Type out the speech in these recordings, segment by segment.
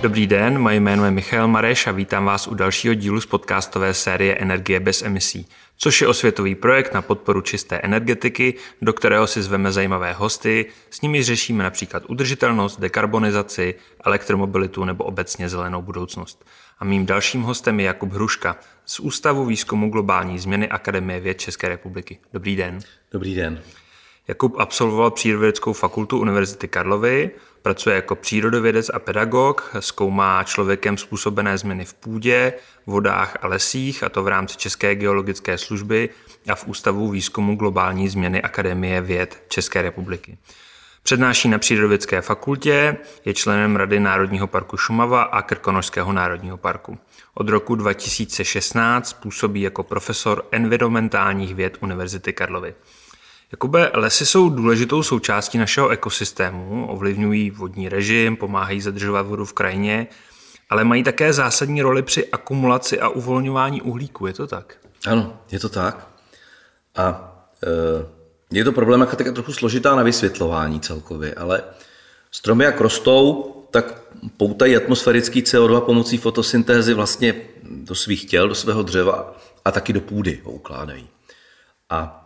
Dobrý den, moje jméno je Michal Mareš a vítám vás u dalšího dílu z podcastové série Energie bez emisí, což je osvětový projekt na podporu čisté energetiky, do kterého si zveme zajímavé hosty, s nimi řešíme například udržitelnost, dekarbonizaci, elektromobilitu nebo obecně zelenou budoucnost. A mým dalším hostem je Jakub Hruška z Ústavu výzkumu globální změny Akademie věd České republiky. Dobrý den. Dobrý den. Jakub absolvoval Přírodovědeckou fakultu Univerzity Karlovy, pracuje jako přírodovědec a pedagog, zkoumá člověkem způsobené změny v půdě, vodách a lesích, a to v rámci České geologické služby a v Ústavu výzkumu globální změny Akademie věd České republiky. Přednáší na Přírodovědecké fakultě, je členem Rady Národního parku Šumava a Krkonošského národního parku. Od roku 2016 působí jako profesor environmentálních věd Univerzity Karlovy. Jakube, lesy jsou důležitou součástí našeho ekosystému, ovlivňují vodní režim, pomáhají zadržovat vodu v krajině, ale mají také zásadní roli při akumulaci a uvolňování uhlíku, je to tak? Ano, je to tak. A je to problematika trochu složitá na vysvětlování celkově, ale stromy jak rostou, tak poutají atmosférický CO2 pomocí fotosyntézy vlastně do svých těl, do svého dřeva a taky do půdy ho ukládají. A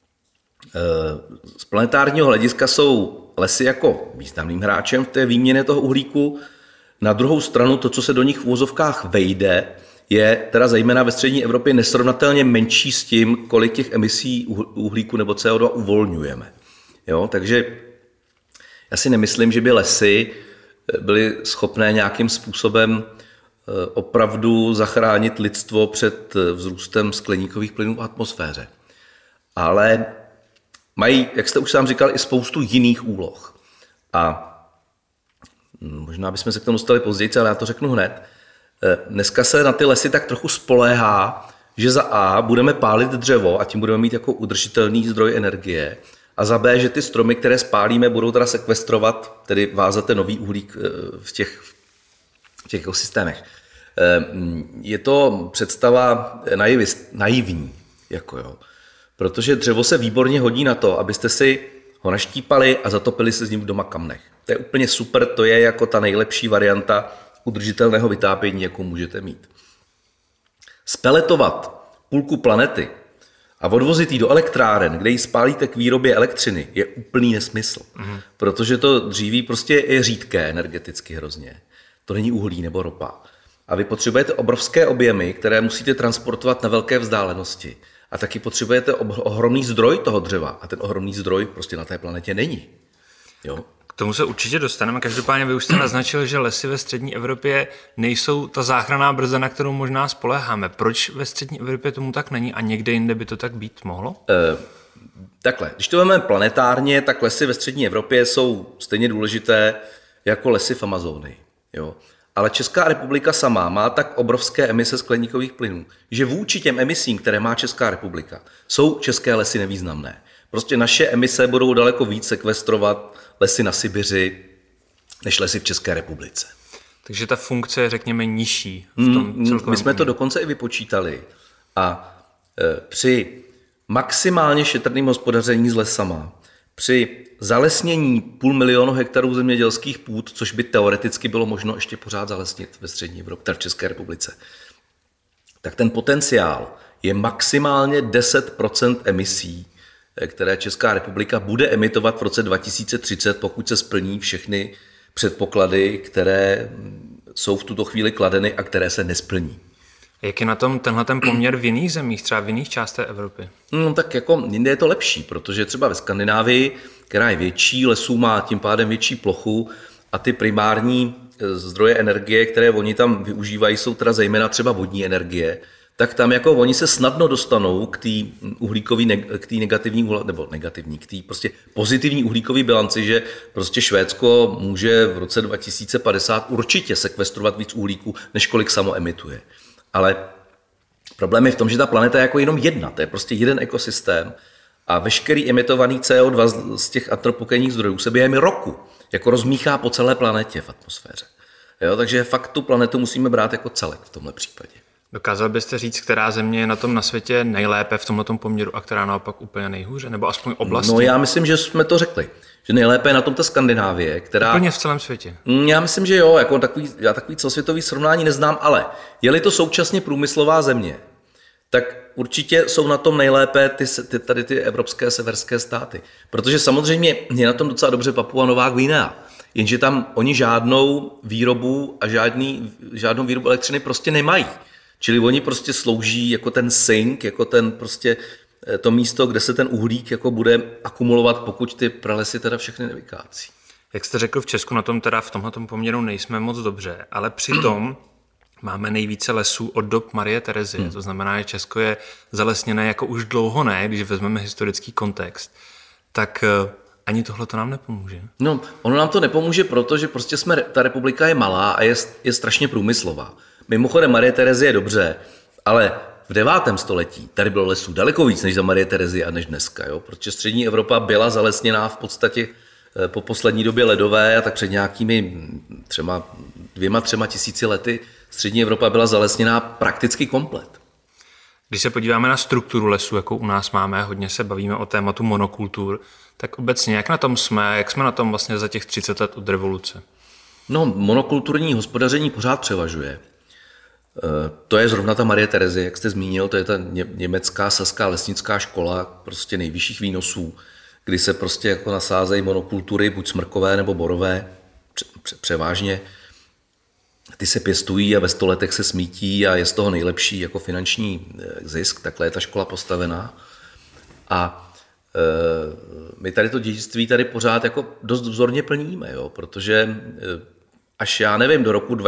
z planetárního hlediska jsou lesy jako významným hráčem v té výměně toho uhlíku. Na druhou stranu to, co se do nich v uvozovkách vejde, je teda zejména ve střední Evropě nesrovnatelně menší s tím, kolik těch emisí uhlíku nebo CO2 uvolňujeme. Jo? Takže já si nemyslím, že by lesy byly schopné nějakým způsobem opravdu zachránit lidstvo před vzrůstem skleníkových plynů v atmosféře. Ale mají, jak jste už sám říkal, i spoustu jiných úloh. A možná bychom se k tomu dostali později, ale já to řeknu hned. Dneska se na ty lesy tak trochu spoléhá, že za A budeme pálit dřevo a tím budeme mít jako udržitelný zdroj energie. A za B, že ty stromy, které spálíme, budou teda sekvestrovat, tedy vázat ten nový uhlík v těch ekosystémech. Je to představa naivní, jako jo. Protože dřevo se výborně hodí na to, abyste si ho naštípali a zatopili se s ním v doma kamnech. To je úplně super, to je jako ta nejlepší varianta udržitelného vytápění, jakou můžete mít. Speletovat půlku planety a odvozit ji do elektráren, kde ji spálíte k výrobě elektřiny, je úplný nesmysl. Protože to dříví prostě je řídké energeticky hrozně. To není uhlí nebo ropa. A vy potřebujete obrovské objemy, které musíte transportovat na velké vzdálenosti. A taky potřebujete ohromný zdroj toho dřeva. A ten ohromný zdroj prostě na té planetě není. Jo? K tomu se určitě dostaneme. Každopádně vy už jste naznačil, že lesy ve střední Evropě nejsou ta záchranná brzda, na kterou možná spoléháme. Proč ve střední Evropě tomu tak není a někde jinde by to tak být mohlo? Takhle, když to vezmeme planetárně, tak lesy ve střední Evropě jsou stejně důležité jako lesy v Amazonii. Jo? Ale Česká republika sama má tak obrovské emise skleníkových plynů, že vůči těm emisím, které má Česká republika, jsou české lesy nevýznamné. Prostě naše emise budou daleko víc sekvestrovat lesy na Sibiři, než lesy v České republice. Takže ta funkce je, řekněme, nižší v tom celkovém. My jsme to dokonce i vypočítali. A při maximálně šetrném hospodaření s lesama, při zalesnění 500 000 hektarů zemědělských půd, což by teoreticky bylo možno ještě pořád zalesnit ve střední Evropě, v České republice, tak ten potenciál je maximálně 10% emisí, které Česká republika bude emitovat v roce 2030, pokud se splní všechny předpoklady, které jsou v tuto chvíli kladeny a které se nesplní. Jak je na tom tenhle poměr v jiných zemích, třeba v jiných částech Evropy? No tak jako jinde je to lepší, protože třeba ve Skandinávii, která je větší, lesů má tím pádem větší plochu a ty primární zdroje energie, které oni tam využívají, jsou teda zejména třeba vodní energie, tak tam jako oni se snadno dostanou k té uhlíkový, k té negativní, nebo negativní, k té prostě pozitivní uhlíkové bilanci, že prostě Švédsko může v roce 2050 určitě sekvestrovat víc uhlíku, než kolik samo emituje. Ale problém je v tom, že ta planeta je jako jenom jedna, to je prostě jeden ekosystém a veškerý emitovaný CO2 z těch antropogenních zdrojů se během roku jako rozmíchá po celé planetě v atmosféře. Jo, takže fakt tu planetu musíme brát jako celek v tomhle případě. Dokázal byste říct, která země je na tom na světě nejlépe v tomto poměru a která naopak úplně nejhůře, nebo aspoň oblasti? No já myslím, že jsme to řekli, že nejlépe je na tom ta Skandinávie, která... Úplně v celém světě. Já myslím, že jo, jako já takový celosvětový srovnání neznám, ale je-li to současně průmyslová země, tak určitě jsou na tom nejlépe tady ty evropské severské státy. Protože samozřejmě je na tom docela dobře Papua Nová Guinea, jenže tam oni žádnou výrobu a žádnou výrobu elektřiny prostě nemají. Čili oni prostě slouží jako ten sink, jako ten prostě to místo, kde se ten uhlík jako bude akumulovat, pokud ty pralesy teda všechny nevykácí. Jak jste řekl, v Česku na tom teda v tomhletom poměru nejsme moc dobře, ale přitom máme nejvíce lesů od dob Marie Terezie. To znamená, že Česko je zalesněné jako už dlouho ne, když vezmeme historický kontext. Tak ani tohle to nám nepomůže. No, ono nám to nepomůže, protože prostě ta republika je malá a je strašně průmyslová. Mimochodem Marie Terezie je dobře, ale v 9. století tady bylo lesů daleko víc než za Marie Terezie a než dneska. Jo? Protože střední Evropa byla zalesněná v podstatě po poslední době ledové a tak před nějakými 2-3 tisíci lety střední Evropa byla zalesněná prakticky komplet. Když se podíváme na strukturu lesů, jakou u nás máme, hodně se bavíme o tématu monokultur, tak obecně jak na tom jsme, jak jsme na tom vlastně za těch 30 let od revoluce? No, monokulturní hospodaření pořád převažuje. To je zrovna ta Marie Terezie, jak jste zmínil, to je ta německá saská lesnická škola prostě nejvyšších výnosů, kdy se prostě jako nasázejí monokultury, buď smrkové nebo borové, převážně. Ty se pěstují a ve 100 letech se smítí a je z toho nejlepší jako finanční zisk, takhle je ta škola postavená. A my tady to dědictví tady pořád jako dost vzorně plníme, jo, protože až já nevím, do roku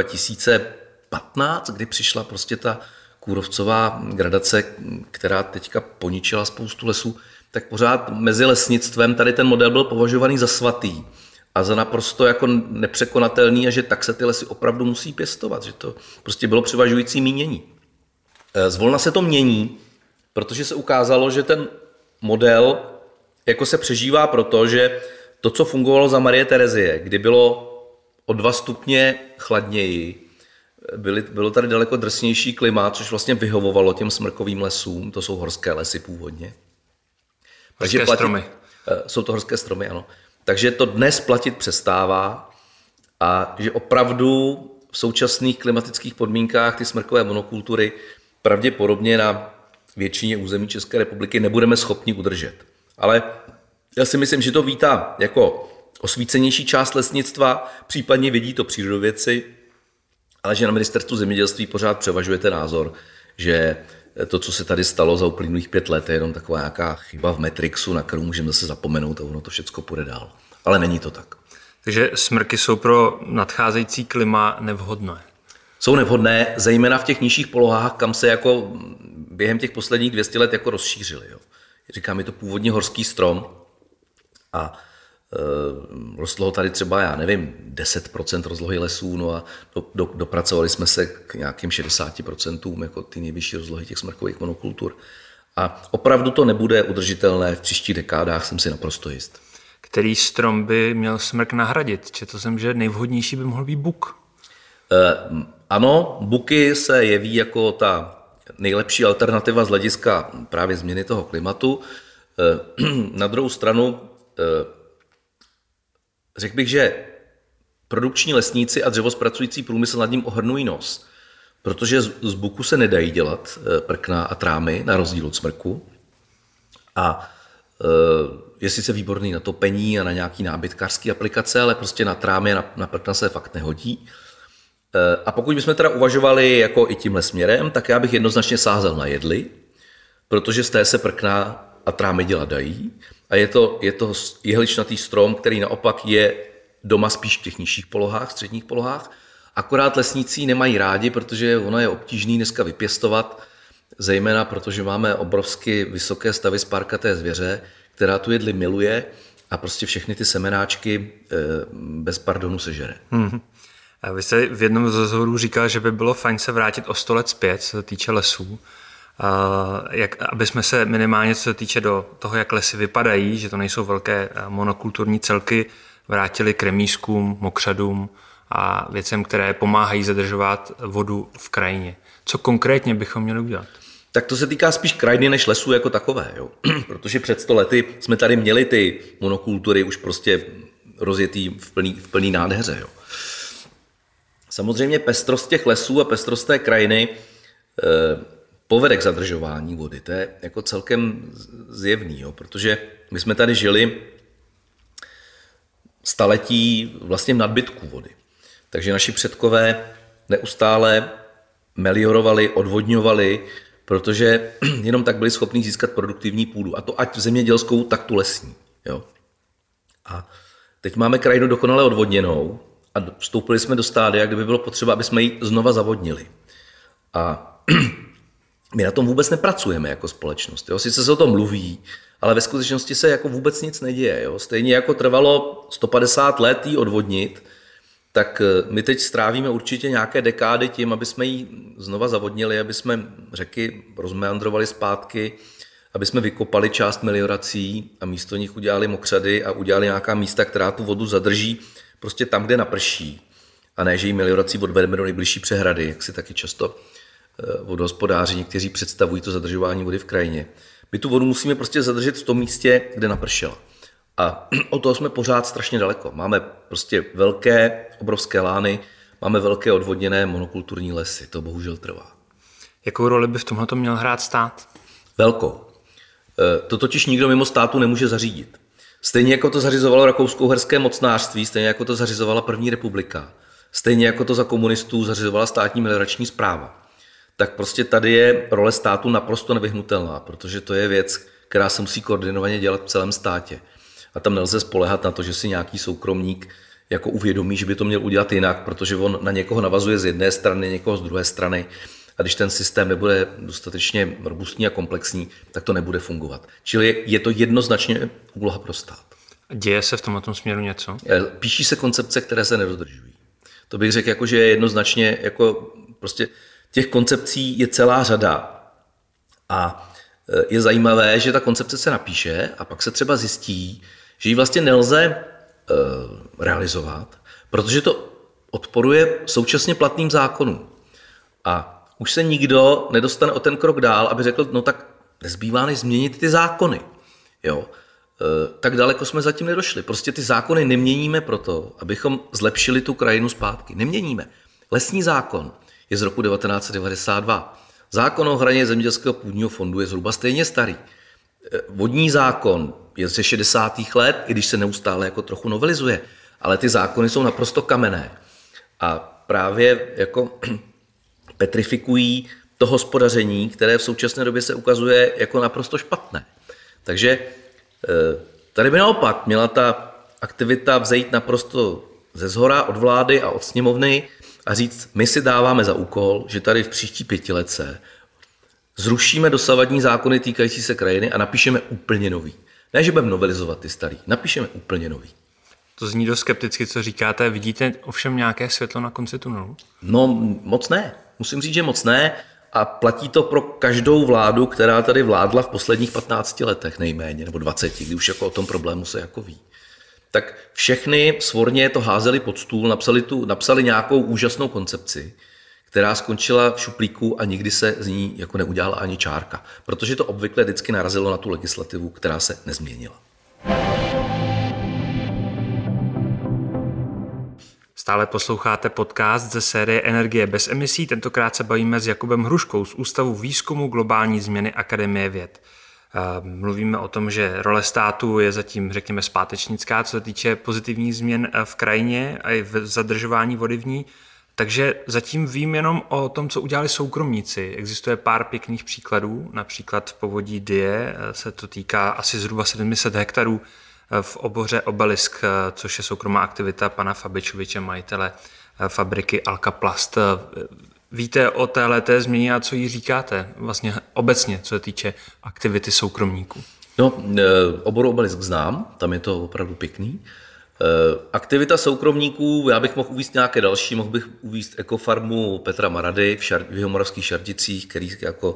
2015, kdy přišla prostě ta kůrovcová gradace, která teďka poničila spoustu lesů, tak pořád mezi lesnictvem tady ten model byl považovaný za svatý a za naprosto jako nepřekonatelný a že tak se ty lesy opravdu musí pěstovat, že to prostě bylo převažující mínění. Zvolna se to mění, protože se ukázalo, že ten model jako se přežívá proto, že to, co fungovalo za Marie Terezie, kdy bylo o 2 stupně chladněji, bylo tady daleko drsnější klima, což vlastně vyhovovalo těm smrkovým lesům, to jsou horské lesy původně. Horské stromy. Jsou to horské stromy, ano. Takže to dnes platit přestává a že opravdu v současných klimatických podmínkách ty smrkové monokultury pravděpodobně na většině území České republiky nebudeme schopni udržet. Ale já si myslím, že to vítá jako osvícenější část lesnictva, případně vidí to přírodovědci, ale že na ministerstvu zemědělství pořád převažuje ten názor, že to, co se tady stalo za uplynulých 5 let, je jenom taková nějaká chyba v Matrixu, na kterou můžeme zase zapomenout a ono to všechno půjde dál. Ale není to tak. Takže smrky jsou pro nadcházející klima nevhodné. Jsou nevhodné, zejména v těch nižších polohách, kam se jako během těch posledních 200 let jako rozšířily. Jo. Říkám, je to původně horský strom a rostlo ho tady třeba, já nevím, 10% rozlohy lesů, no a dopracovali jsme se k nějakým 60%, jako ty nejvyšší rozlohy těch smrkových monokultur. A opravdu to nebude udržitelné v příštích dekádách, jsem si naprosto jist. Který strom by měl smrk nahradit? Četl jsem, že nejvhodnější by mohl být buk. Ano, buky se jeví jako ta nejlepší alternativa z hlediska právě změny toho klimatu. Na druhou stranu řekl bych, že produkční lesníci a dřevozpracující průmysl nad ním ohrnují nos, protože z buku se nedají dělat prkna a trámy, na rozdíl od smrku. A je sice výborný na topení a na nějaký nábytkářský aplikace, ale prostě na trámy a na prkna se fakt nehodí. A pokud bychom teda uvažovali jako i tímhle směrem, tak já bych jednoznačně sázel na jedli, protože z té se prkna a trámy dělat dají. A je to jehličnatý strom, který naopak je doma spíš v těch nižších polohách, středních polohách. Akorát lesníci nemají rádi, protože ono je obtížný dneska vypěstovat, zejména protože máme obrovsky vysoké stavy spárkaté zvěře, která tu jedli miluje a prostě všechny ty semenáčky bez pardonu sežere. A vy jste v jednom z rozhovorů říkal, že by bylo fajn se vrátit o 100 let zpět, co se týče lesů. Aby jsme se minimálně, co se týče do toho, jak lesy vypadají, že to nejsou velké monokulturní celky, vrátili k remízkům, mokřadům a věcem, které pomáhají zadržovat vodu v krajině. Co konkrétně bychom měli udělat? Tak to se týká spíš krajiny než lesů jako takové, jo? Protože před 100 lety jsme tady měli ty monokultury už prostě rozjetý v plný nádheře. Jo? Samozřejmě pestrost těch lesů a pestrost té krajiny povede k zadržování vody. To je jako celkem zjevný, jo? Protože my jsme tady žili staletí vlastně v nadbytku vody. Takže naši předkové neustále meliorovali, odvodňovali, protože jenom tak byli schopni získat produktivní půdu. A to ať zemědělskou, tak tu lesní. Jo? A teď máme krajinu dokonale odvodněnou a vstoupili jsme do stádia, kde by bylo potřeba, aby jsme ji znova zavodnili. A my na tom vůbec nepracujeme jako společnost. Jo? Sice se o tom mluví, ale ve skutečnosti se jako vůbec nic neděje. Jo? Stejně jako trvalo 150 let jí odvodnit, tak my teď strávíme určitě nějaké dekády tím, aby jsme ji znova zavodnili, aby jsme řeky rozmeandrovali zpátky, aby jsme vykopali část meliorací a místo nich udělali mokřady a udělali nějaká místa, která tu vodu zadrží prostě tam, kde naprší. A ne, že ji meliorací odvedeme do nejbližší přehrady, jak si taky často vodohospodáři někteří představují to zadržování vody v krajině. My tu vodu musíme prostě zadržet v tom místě, kde napršela. A od toho jsme pořád strašně daleko. Máme prostě velké, obrovské lány, máme velké odvodněné monokulturní lesy. To bohužel trvá. Jakou roli by v tomhle měl hrát stát? Velkou. To totiž nikdo mimo státu nemůže zařídit. Stejně jako to zařizovalo rakousko-uherské mocnářství, stejně jako to zařizovala první republika, stejně jako to za komunistů zařizovala státní meliorační správa. Tak prostě tady je role státu naprosto nevyhnutelná, protože to je věc, která se musí koordinovaně dělat v celém státě. A tam nelze spoléhat na to, že si nějaký soukromník jako uvědomí, že by to měl udělat jinak, protože on na někoho navazuje z jedné strany, někoho z druhé strany. A když ten systém nebude dostatečně robustní a komplexní, tak to nebude fungovat. Čili je to jednoznačně úloha pro stát. Děje se v tomto směru něco? Píší se koncepce, které se nedodržují. To bych řekl, jako, že je jednoznačně, jako prostě těch koncepcí je celá řada. A je zajímavé, že ta koncepce se napíše a pak se třeba zjistí, že ji vlastně nelze realizovat, protože to odporuje současně platným zákonům. A už se nikdo nedostane o ten krok dál, aby řekl, no tak nezbývá než změnit ty zákony. Jo? Tak daleko jsme zatím nedošli. Prostě ty zákony neměníme proto, abychom zlepšili tu krajinu zpátky. Neměníme. Lesní zákon je z roku 1992. Zákon o ochraně zemědělského půdního fondu je zhruba stejně starý. Vodní zákon je ze 60. let, i když se neustále jako trochu novelizuje, ale ty zákony jsou naprosto kamenné. A právě jako petrifikují to hospodaření, které v současné době se ukazuje jako naprosto špatné. Takže tady by naopak měla ta aktivita vzejít naprosto ze zhora od vlády a od sněmovny a říct, my si dáváme za úkol, že tady v příští 5letce zrušíme dosavadní zákony týkající se krajiny a napíšeme úplně nový. Ne, že budeme novelizovat ty starý, napíšeme úplně nový. To zní dost skepticky, co říkáte. Vidíte ovšem nějaké světlo na konci tunelu? No moc ne. Musím říct, že moc ne. A platí to pro každou vládu, která tady vládla v posledních 15 letech nejméně, nebo 20, kdy už jako o tom problému se jako ví. Tak všechny svorně to házeli pod stůl, napsali nějakou úžasnou koncepci, která skončila v šuplíku a nikdy se z ní jako neudělala ani čárka. Protože to obvykle vždycky narazilo na tu legislativu, která se nezměnila. Stále posloucháte podcast ze série Energie bez emisí. Tentokrát se bavíme s Jakubem Hruškou z Ústavu výzkumu globální změny Akademie věd. Mluvíme o tom, že role státu je zatím, řekněme, zpátečnická, co se týče pozitivních změn v krajině a i v zadržování vody v ní. Takže zatím vím jenom o tom, co udělali soukromníci. Existuje pár pěkných příkladů, například v povodí Dyje se to týká asi zhruba 700 hektarů v oboře Obelisk, což je soukromá aktivita pana Fabičoviče, majitele fabriky Alkaplast. Víte o téhleté změně a co jí říkáte vlastně obecně, co se týče aktivity soukromníků? No, oboru Obelisk znám, tam je to opravdu pěkný. Aktivita soukromníků, já bych mohl uvést nějaké další, mohl bych uvést ekofarmu Petra Marady v Jihomoravských Šardicích, který jako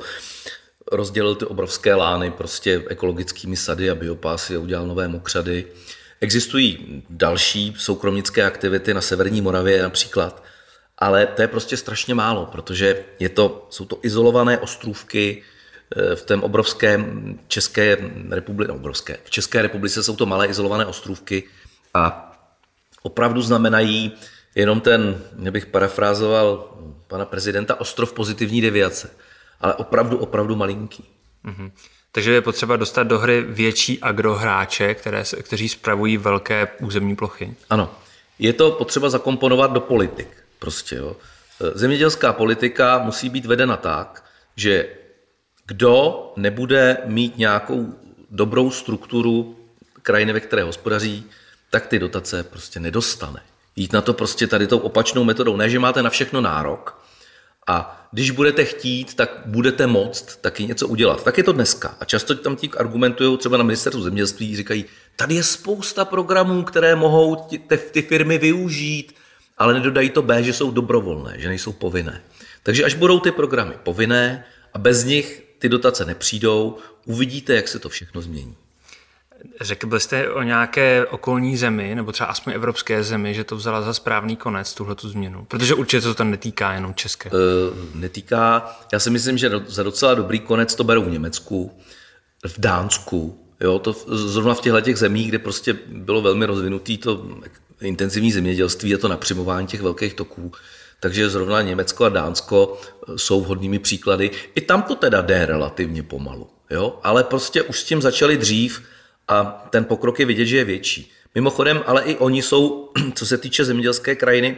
rozdělil ty obrovské lány prostě ekologickými sady a biopásy a udělal nové mokřady. Existují další soukromnické aktivity na severní Moravě například, ale to je prostě strašně málo, protože jsou to izolované ostrůvky v tom obrovském České republice, v České republice jsou to malé izolované ostrůvky a opravdu znamenají jenom bych parafrázoval pana prezidenta, ostrov pozitivní deviace, ale opravdu malinký. Mm-hmm. Takže je potřeba dostat do hry větší agrohráče, kteří spravují velké územní plochy. Ano, je to potřeba zakomponovat do politik. Prostě, jo. Zemědělská politika musí být vedena tak, že kdo nebude mít nějakou dobrou strukturu krajiny, ve které hospodaří, tak ty dotace prostě nedostane. Jít na to prostě tady tou opačnou metodou. Ne, že máte na všechno nárok a když budete chtít, tak budete moct taky něco udělat. Tak je to dneska. A často tam ti argumentují třeba na ministerstvu zemědělství, říkají, tady je spousta programů, které mohou ty firmy využít, ale nedodají to B, že jsou dobrovolné, že nejsou povinné. Takže až budou ty programy povinné a bez nich ty dotace nepřijdou, uvidíte, jak se to všechno změní. Řekl byste o nějaké okolní zemi, nebo třeba aspoň evropské zemi, že to vzala za správný konec, tuhletu změnu? Protože určitě to tam netýká jenom České. Netýká. Já si myslím, že za docela dobrý konec to berou v Německu, v Dánsku. Jo, to zrovna v těchto zemích, kde prostě bylo velmi rozvinutý to intenzivní zemědělství a to napřimování těch velkých toků. Takže zrovna Německo a Dánsko jsou vhodnými příklady. I tam to teda jde relativně pomalu. Jo? Ale prostě už s tím začali dřív a ten pokrok je vidět, že je větší. Mimochodem, ale i oni jsou, co se týče zemědělské krajiny,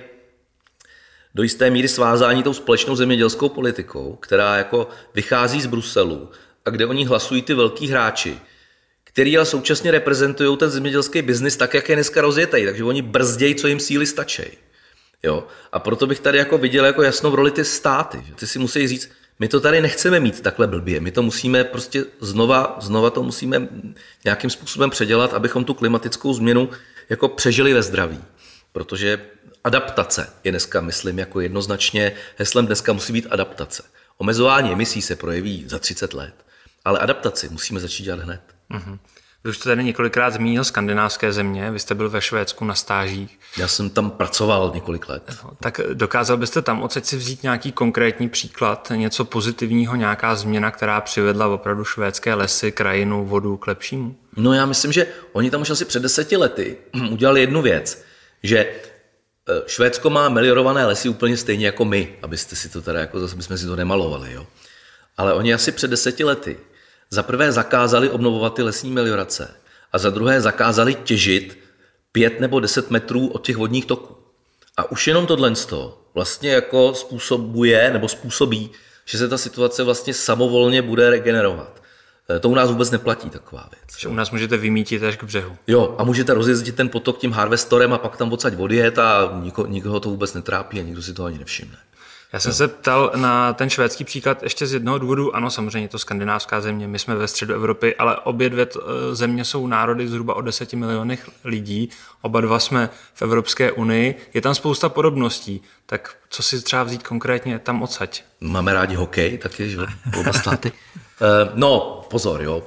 do jisté míry svázání tou společnou zemědělskou politikou, která jako vychází z Bruselu a kde oni hlasují ty velký hráči, který ale současně reprezentují ten zemědělský biznis tak, jak je dneska rozjetej, takže oni brzdějí, co jim síly stačí. Jo? A proto bych tady jako viděl jako jasnou roli ty státy, že ty si musí říct, my to tady nechceme mít takhle blbě, my to musíme prostě znova to musíme nějakým způsobem předělat, abychom tu klimatickou změnu jako přežili ve zdraví. Protože adaptace je dneska, myslím, jako jednoznačně heslem dneska musí být adaptace. Omezování emisí se projeví za 30 let, ale adaptaci musíme začít dělat hned. Mm-hmm. Vy už to tady několikrát zmínil skandinávské země, vy jste byl ve Švédsku na stážích. Já jsem tam pracoval několik let. Tak dokázal byste tam odsaď si vzít nějaký konkrétní příklad, něco pozitivního, nějaká změna, která přivedla opravdu švédské lesy, krajinu, vodu k lepšímu? No já myslím, že oni tam už asi před 10 lety udělali jednu věc, že Švédsko má meliorované lesy úplně stejně jako my, abyste si to teda, jako zase bychom si to nemalovali, jo. Ale oni asi před 10 lety za prvé zakázali obnovovat ty lesní meliorace a za druhé zakázali těžit 5 nebo 10 metrů od těch vodních toků. A už jenom tohleto vlastně jako způsobí, že se ta situace vlastně samovolně bude regenerovat. To u nás vůbec neplatí taková věc. Že u nás můžete vymítit až k břehu. Jo, a můžete rozjezdit ten potok tím harvestorem a pak tam odsaď odjet a nikoho to vůbec netrápí a nikdo si to ani nevšimne. Já jsem se ptal na ten švédský příklad ještě z jednoho důvodu. Ano, samozřejmě to skandinávská země, my jsme ve středu Evropy, ale obě dvě země jsou národy zhruba o 10 milionech lidí. Oba dva jsme v Evropské unii. Je tam spousta podobností. Tak co si třeba vzít konkrétně tam odsaď? Máme rádi hokej, taky, že oba státy. No, pozor, jo.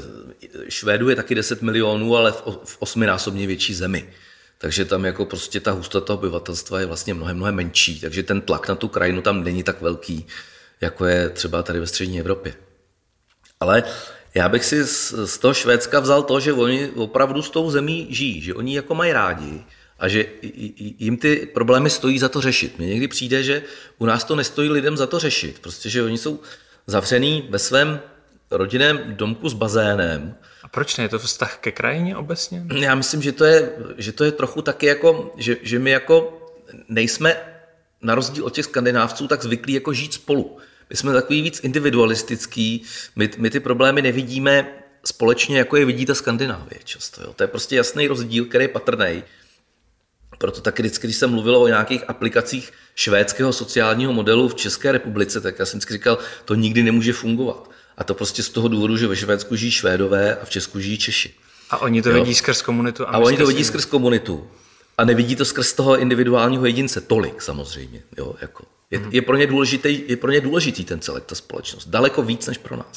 Švédů je taky 10 milionů, ale v 8násobně větší zemi. Takže tam jako prostě ta hustota obyvatelstva je vlastně mnohem menší, takže ten tlak na tu krajinu tam není tak velký, jako je třeba tady ve střední Evropě. Ale já bych si z toho Švédska vzal to, že oni opravdu s tou zemí žijí, že oni jako mají rádi a že jim ty problémy stojí za to řešit. Mně někdy přijde, že u nás to nestojí lidem za to řešit, prostě, že oni jsou zavřený ve svém rodinném domku s bazénem. A proč ne? Je to vztah ke krajině obecně? Já myslím, že to je trochu taky jako, že my jako nejsme na rozdíl od těch Skandinávců tak zvyklí jako žít spolu. My jsme takový víc individualistický, my ty problémy nevidíme společně, jako je vidí ta Skandinávie často. Jo. To je prostě jasný rozdíl, který je patrný. Proto taky vždycky, když jsem mluvil o nějakých aplikacích švédského sociálního modelu v České republice, tak já jsem vždycky říkal, to nikdy nemůže fungovat. A to prostě z toho důvodu, že ve Švédsku žijí Švédové a v Česku žijí Češi. A oni to vidí skrz komunitu. A oni to vidí skrz komunitu. A nevidí to skrz toho individuálního jedince tolik samozřejmě. Jo, jako. Je pro ně důležitý ten celek, ta společnost. Daleko víc než pro nás.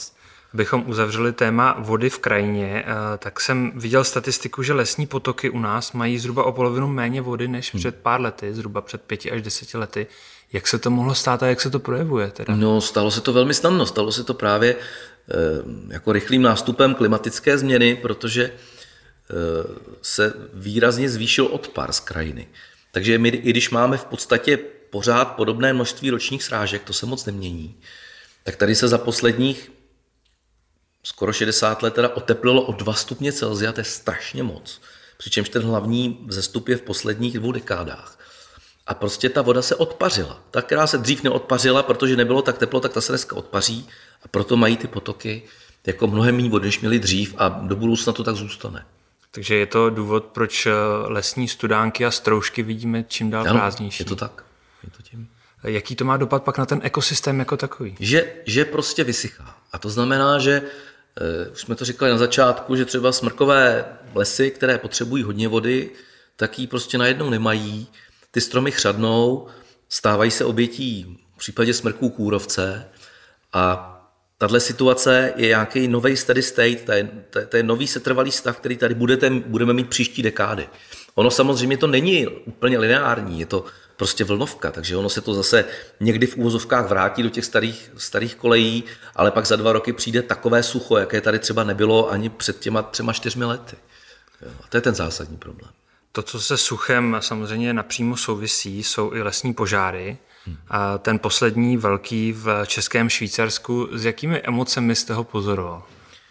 Abychom uzavřeli téma vody v krajině, tak jsem viděl statistiku, že lesní potoky u nás mají zhruba o polovinu méně vody než před pár lety, zhruba před 5 až 10 lety. Jak se to mohlo stát a jak se to projevuje teda? No, stalo se to velmi snadno. Stalo se to právě jako rychlým nástupem klimatické změny, protože se výrazně zvýšil odpar z krajiny. Takže my, i když máme v podstatě pořád podobné množství ročních srážek, to se moc nemění, tak tady se za posledních skoro 60 let teda oteplilo o 2 stupně Celsia, to je strašně moc. Přičemž ten hlavní vzestup je v posledních 2 dekádách. A prostě ta voda se odpařila. Ta, která se dřív neodpařila, protože nebylo tak teplo, tak ta se dneska odpaří a proto mají ty potoky jako mnohem méně vody, než měli dřív a do budoucna to tak zůstane. Takže je to důvod, proč lesní studánky a stroužky vidíme čím dál prázdnější. Je to tak. Je to tím. Jaký to má dopad pak na ten ekosystém jako takový? Že prostě vysychá. A to znamená, že už jsme to říkali na začátku, že třeba smrkové lesy, které potřebují hodně vody, tak ji prostě najednou nemají. Ty stromy chřadnou, stávají se obětí v případě smrků kůrovce a tahle situace je nějaký nový steady state, to je nový setrvalý stav, který tady budeme mít příští dekády. Ono samozřejmě to není úplně lineární, je to prostě vlnovka, takže ono se to zase někdy v úvozovkách vrátí do těch starých kolejí, ale pak za 2 roky přijde takové sucho, jaké tady třeba nebylo ani před těma 3-4 lety. A to je ten zásadní problém. To, co se suchem samozřejmě napřímo souvisí, jsou i lesní požáry. A ten poslední velký v Českém Švýcarsku, s jakými emocemi jste ho pozoroval?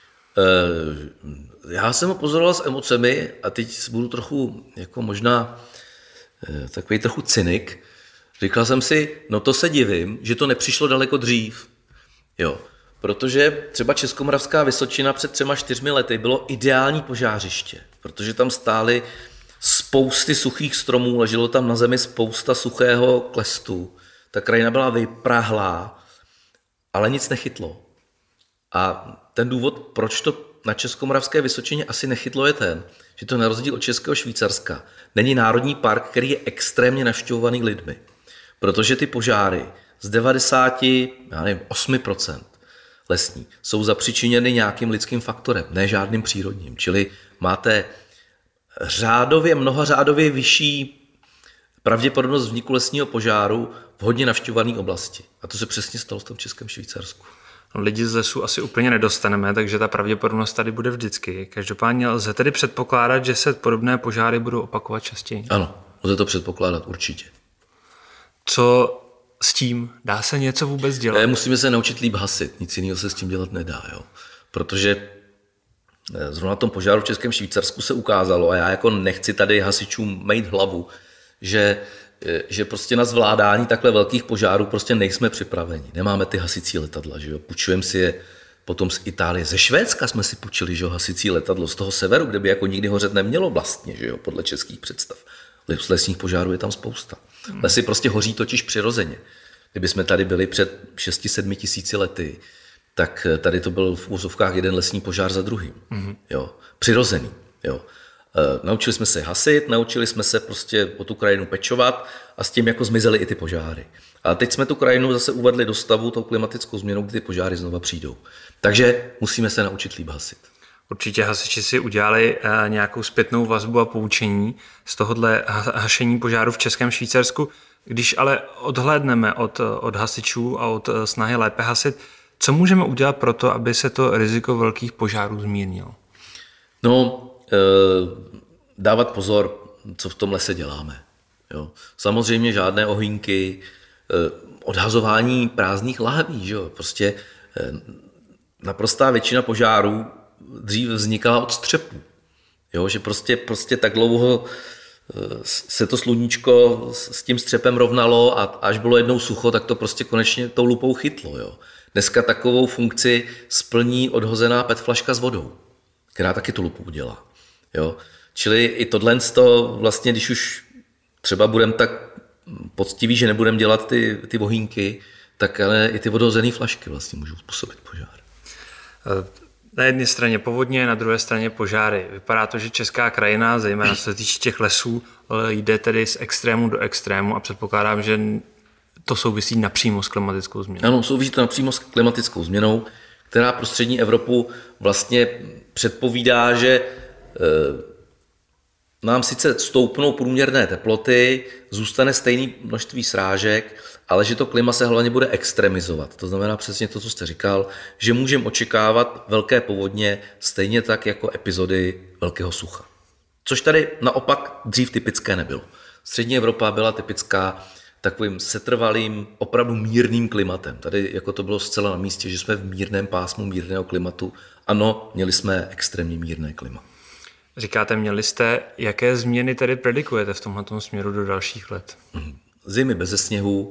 Já jsem ho pozoroval s emocemi a teď budu trochu jako možná takový trochu cynik. Říkal jsem si, no to se divím, že to nepřišlo daleko dřív. Jo, protože třeba Českomoravská Vysočina před 3-4 lety bylo ideální požářiště, protože tam stály spousty suchých stromů, leželo tam na zemi spousta suchého klestu. Ta krajina byla vyprahlá, ale nic nechytlo. A ten důvod, proč to na Českomoravské Vysočině asi nechytlo, je ten, že to na rozdíl od Českého Švýcarska není národní park, který je extrémně navštěvovaný lidmi. Protože ty požáry z 98% lesní jsou zapříčiněny nějakým lidským faktorem, ne žádným přírodním. Čili máte mnohořádově vyšší pravděpodobnost vzniku lesního požáru v hodně navštěvované oblasti. A to se přesně stalo v tom Českém Švýcarsku. Lidi z lesu asi úplně nedostaneme, takže ta pravděpodobnost tady bude vždycky. Každopádně lze tedy předpokládat, že se podobné požáry budou opakovat častěji? Ano, lze to předpokládat určitě. Co s tím? Dá se něco vůbec dělat? Musíme se naučit líp hasit, nic jiného se s tím dělat nedá. Jo? Protože zrovna na tom požáru v Českém Švýcarsku se ukázalo, a já jako nechci tady hasičům mejt hlavu, že prostě na zvládání takhle velkých požárů prostě nejsme připraveni. Nemáme ty hasicí letadla, že jo? Půjčujeme si je potom z Itálie. Ze Švédska jsme si půjčili, že jo, hasicí letadlo z toho severu, kde by jako nikdy hořet nemělo vlastně, že jo, podle českých představ. Lesních požárů je tam spousta. Lesy prostě hoří totiž přirozeně. Kdyby jsme tady byli před 6-7 tisíci lety, tak tady to byl v úzovkách jeden lesní požár za druhým. Jo? Přirozený. Jo? Naučili jsme se hasit, naučili jsme se prostě o tu krajinu pečovat a s tím jako zmizely i ty požáry. A teď jsme tu krajinu zase uvedli do stavu tou klimatickou změnou, kdy ty požáry znova přijdou. Takže musíme se naučit líp hasit. Určitě hasiči si udělali nějakou zpětnou vazbu a poučení z tohohle hašení požáru v Českém Švýcarsku. Když ale odhlédneme od hasičů a od snahy lépe hasit, co můžeme udělat pro to, aby se to riziko velkých požárů zmírnilo? No, dávat pozor, co v tom lese děláme. Jo. Samozřejmě žádné ohýnky, odhazování prázdných lahví. Že jo. Prostě naprostá většina požárů dřív vznikala od střepů. Jo, že prostě tak dlouho se to sluníčko s tím střepem rovnalo a až bylo jednou sucho, tak to prostě konečně tou lupou chytlo. Jo. Dneska takovou funkci splní odhozená PET flaška s vodou, která taky tu lupu udělá. Jo. Čili i tohle vlastně, když už třeba budeme tak poctiví, že nebudeme dělat ty ohýnky, tak ale i ty vodohozené flašky vlastně můžou způsobit požár. Na jedné straně povodně, na druhé straně požáry. Vypadá to, že česká krajina, zejména co se týče těch lesů, jde tedy z extrému do extrému a předpokládám, že to souvisí napřímo s klimatickou změnou. Ano, souvisí to napřímo s klimatickou změnou, která pro střední Evropu vlastně předpovídá, že nám sice stoupnou průměrné teploty, zůstane stejné množství srážek, ale že to klima se hlavně bude extremizovat. To znamená přesně to, co jste říkal, že můžeme očekávat velké povodně stejně tak jako epizody velkého sucha. Což tady naopak dřív typické nebylo. Střední Evropa byla typická takovým setrvalým, opravdu mírným klimatem. Tady jako to bylo zcela na místě, že jsme v mírném pásmu mírného klimatu. Ano, měli jsme extrémně mírné klima. Říkáte, měli jste, jaké změny tedy predikujete v tomhletom směru do dalších let? Zimy beze sněhu,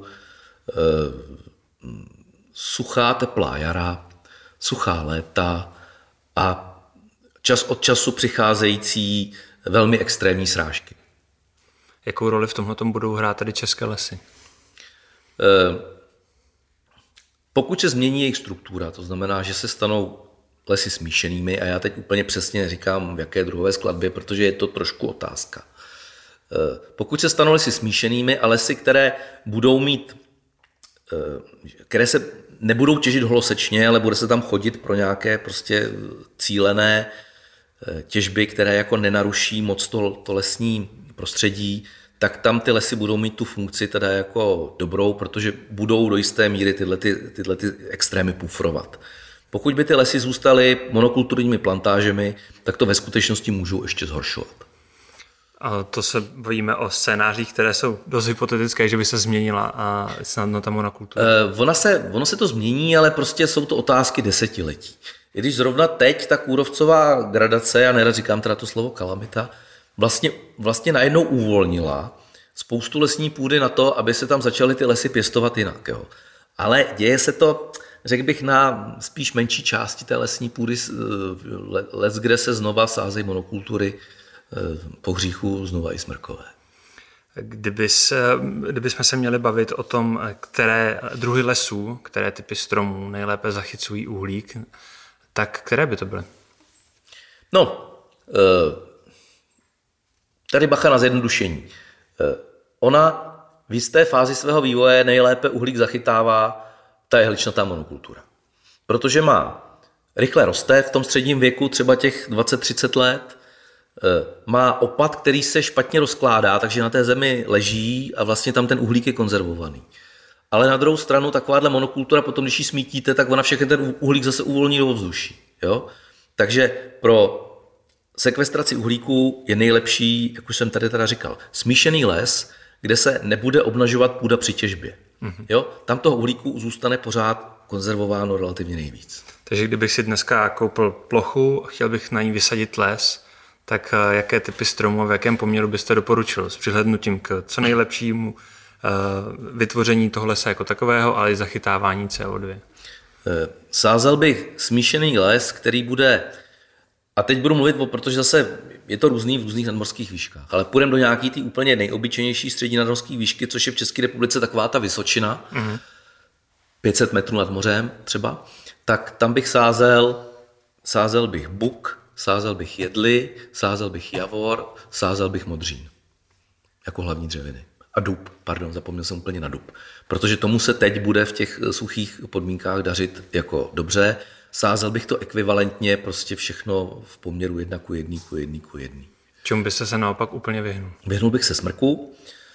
suchá teplá jara, suchá léta a čas od času přicházející velmi extrémní srážky. Jakou roli v tomhletom budou hrát tady české lesy? Pokud se změní jejich struktura, to znamená, že se stanou lesy smíšenými, a já teď úplně přesně neříkám, v jaké druhové skladbě, protože je to trošku otázka. Pokud se stanou lesy smíšenými a lesy, které budou mít, které se nebudou těžit holosečně, ale bude se tam chodit pro nějaké prostě cílené těžby, které jako nenaruší moc to lesní prostředí, tak tam ty lesy budou mít tu funkci teda jako dobrou, protože budou do jisté míry tyhle extrémy pufrovat. Pokud by ty lesy zůstaly monokulturními plantážemi, tak to ve skutečnosti můžou ještě zhoršovat. A to se bavíme o scénářích, které jsou dost hypotetické, že by se změnila a snadno ta monokultura. Ono se to změní, ale prostě jsou to otázky desetiletí. I když zrovna teď ta kůrovcová gradace, já nerad říkám teda to slovo kalamita, vlastně najednou uvolnila spoustu lesní půdy na to, aby se tam začaly ty lesy pěstovat jinak. Jo. Ale děje se to, řekl bych, na spíš menší části té lesní půdy, kde se znova sázejí monokultury, po hříchu znova i smrkové. Kdybychom se měli bavit o tom, které druhy lesů, které typy stromů nejlépe zachycují uhlík, tak které by to byly? No, tady bacha na zjednodušení. Ona v jisté fázi svého vývoje nejlépe uhlík zachytává ta jehličnatá monokultura. Protože rychle roste v tom středním věku, třeba těch 20-30 let, má opad, který se špatně rozkládá, takže na té zemi leží a vlastně tam ten uhlík je konzervovaný. Ale na druhou stranu takováhle monokultura, potom když ji smítíte, tak ona všechny ten uhlík zase uvolní do ovzduší. Jo? Takže pro sekvestraci uhlíku je nejlepší, jak už jsem tady teda říkal, smíšený les, kde se nebude obnažovat půda při těžbě. Jo? Tam toho uhlíku zůstane pořád konzervováno relativně nejvíc. Takže kdybych si dneska koupil plochu a chtěl bych na ní vysadit les, tak jaké typy stromů a v jakém poměru byste doporučil s přihlédnutím k co nejlepšímu vytvoření toho lesa jako takového, ale i zachytávání CO2? Sázel bych smíšený les, který bude, a teď budu mluvit, protože zase je to různý v různých nadmořských výškách, ale půjdeme do nějaký ty úplně nejobyčejnější střední nadmořské výšky, což je v České republice taková ta Vysočina, 500 metrů nad mořem třeba, tak tam bych sázel bych buk, sázel bych jedli, sázel bych javor, sázel bych modřín jako hlavní dřeviny. A dub, zapomněl jsem úplně na dub. Protože tomu se teď bude v těch suchých podmínkách dařit jako dobře. Sázel bych to ekvivalentně prostě všechno v poměru 1:1:1:1. Čemu byste se naopak úplně vyhnul? Vyhnul bych se smrku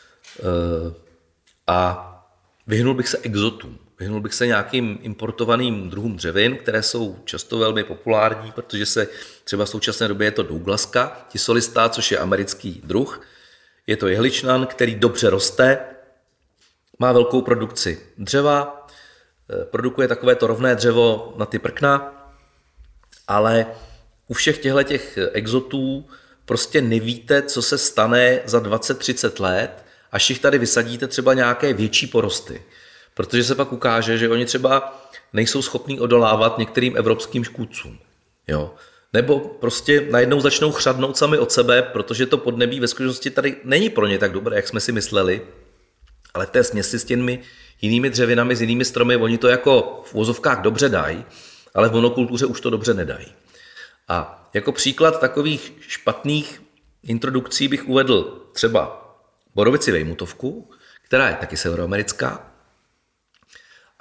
a vyhnul bych se exotům. Vyhnul bych se nějakým importovaným druhům dřevin, které jsou často velmi populární, protože se třeba v současné době je to douglaska tisolistá, což je americký druh. Je to jehličnan, který dobře roste, má velkou produkci dřeva, produkuje takovéto rovné dřevo na ty prkna, ale u všech těchto exotů prostě nevíte, co se stane za 20-30 let, až jich tady vysadíte třeba nějaké větší porosty. Protože se pak ukáže, že oni třeba nejsou schopní odolávat některým evropským škůdcům. Jo? Nebo prostě najednou začnou chřadnout sami od sebe, protože to podnebí ve skutečnosti tady není pro ně tak dobré, jak jsme si mysleli, ale v té směsi s těmi jinými dřevinami, s jinými stromy, oni to jako v uvozovkách dobře dají, ale v monokultuře už to dobře nedají. A jako příklad takových špatných introdukcí bych uvedl třeba borovici vejmutovku, která je taky severoamerická,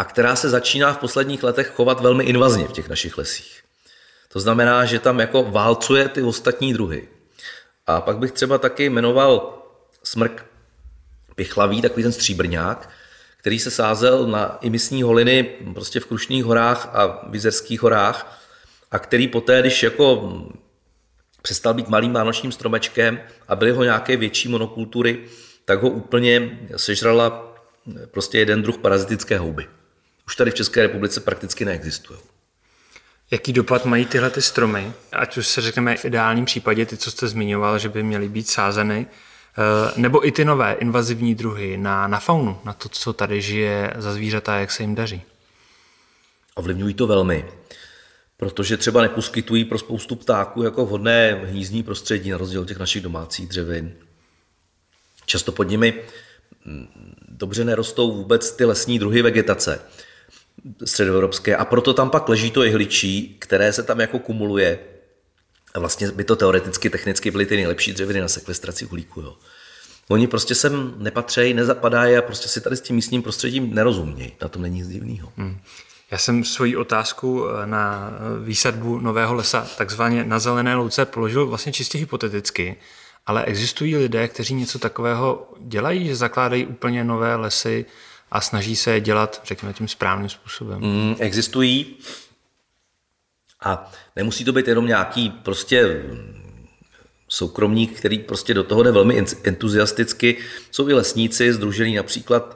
a která se začíná v posledních letech chovat velmi invazně v těch našich lesích. To znamená, že tam jako válcuje ty ostatní druhy. A pak bych třeba taky jmenoval smrk pichlavý, takový ten stříbrňák, který se sázel na imisní holiny prostě v Krušných horách a v Jizerských horách a který poté, když jako přestal být malým vánočním stromečkem a byly ho nějaké větší monokultury, tak ho úplně sežrala prostě jeden druh parazitické houby. Už tady v České republice prakticky neexistují. Jaký dopad mají tyhle ty stromy? Ať už se řekneme v ideálním případě ty, co jste zmiňoval, že by měly být sázeny, nebo i ty nové invazivní druhy na faunu, na to, co tady žije za zvířata, jak se jim daří? Ovlivňují to velmi, protože třeba neposkytují pro spoustu ptáků jako vhodné hnízdní prostředí na rozdíl od těch našich domácích dřevin. Často pod nimi dobře nerostou vůbec ty lesní druhy vegetace středoevropské a proto tam pak leží to jehličí, které se tam jako kumuluje. A vlastně by to teoreticky, technicky byly ty nejlepší dřeviny na sekvestraci uhlíku. Jo. Oni prostě sem nepatřejí, nezapadají a prostě si tady s tím místním prostředím nerozumějí. Na tom není nic divného. Já jsem svoji otázku na výsadbu nového lesa, takzvaně na zelené louce, položil vlastně čistě hypoteticky, ale existují lidé, kteří něco takového dělají, že zakládají úplně nové lesy a snaží se je dělat, řekněme, tím správným způsobem. Existují a nemusí to být jenom nějaký prostě soukromník, který prostě do toho jde velmi entuziasticky. Jsou i lesníci sdružení například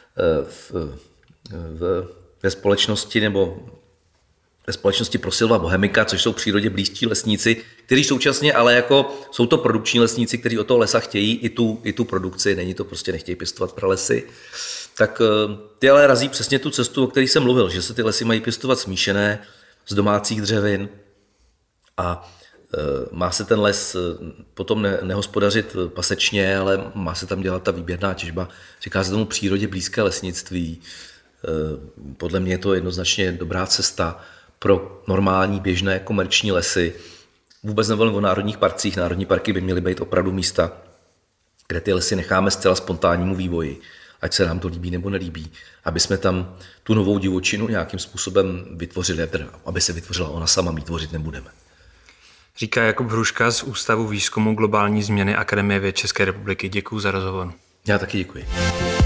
ve společnosti nebo ve společnosti Prosilva Bohemika, což jsou přírodě blízcí lesníci, kteří současně ale jako jsou to produkční lesníci, kteří od toho lesa chtějí i tu produkci, není to prostě nechtějí pěstovat pralesy. Tak ty ale razí přesně tu cestu, o které jsem mluvil, že se ty lesy mají pěstovat smíšené z domácích dřevin a má se ten les potom nehospodařit pasečně, ale má se tam dělat ta výběrná těžba. Říká se tomu přírodě blízké lesnictví. Podle mě je to jednoznačně dobrá cesta pro normální běžné komerční lesy. Vůbec nemluvím o národních parcích. Národní parky by měly být opravdu místa, kde ty lesy necháme zcela spontánnímu vývoji, ať se nám to líbí nebo nelíbí, aby jsme tam tu novou divočinu nějakým způsobem vytvořili, aby se vytvořila ona sama, my tvořit nebudeme. Říká Jakub Hruška z Ústavu výzkumu globální změny Akademie věd České republiky. Děkuju za rozhovor. Já taky děkuji.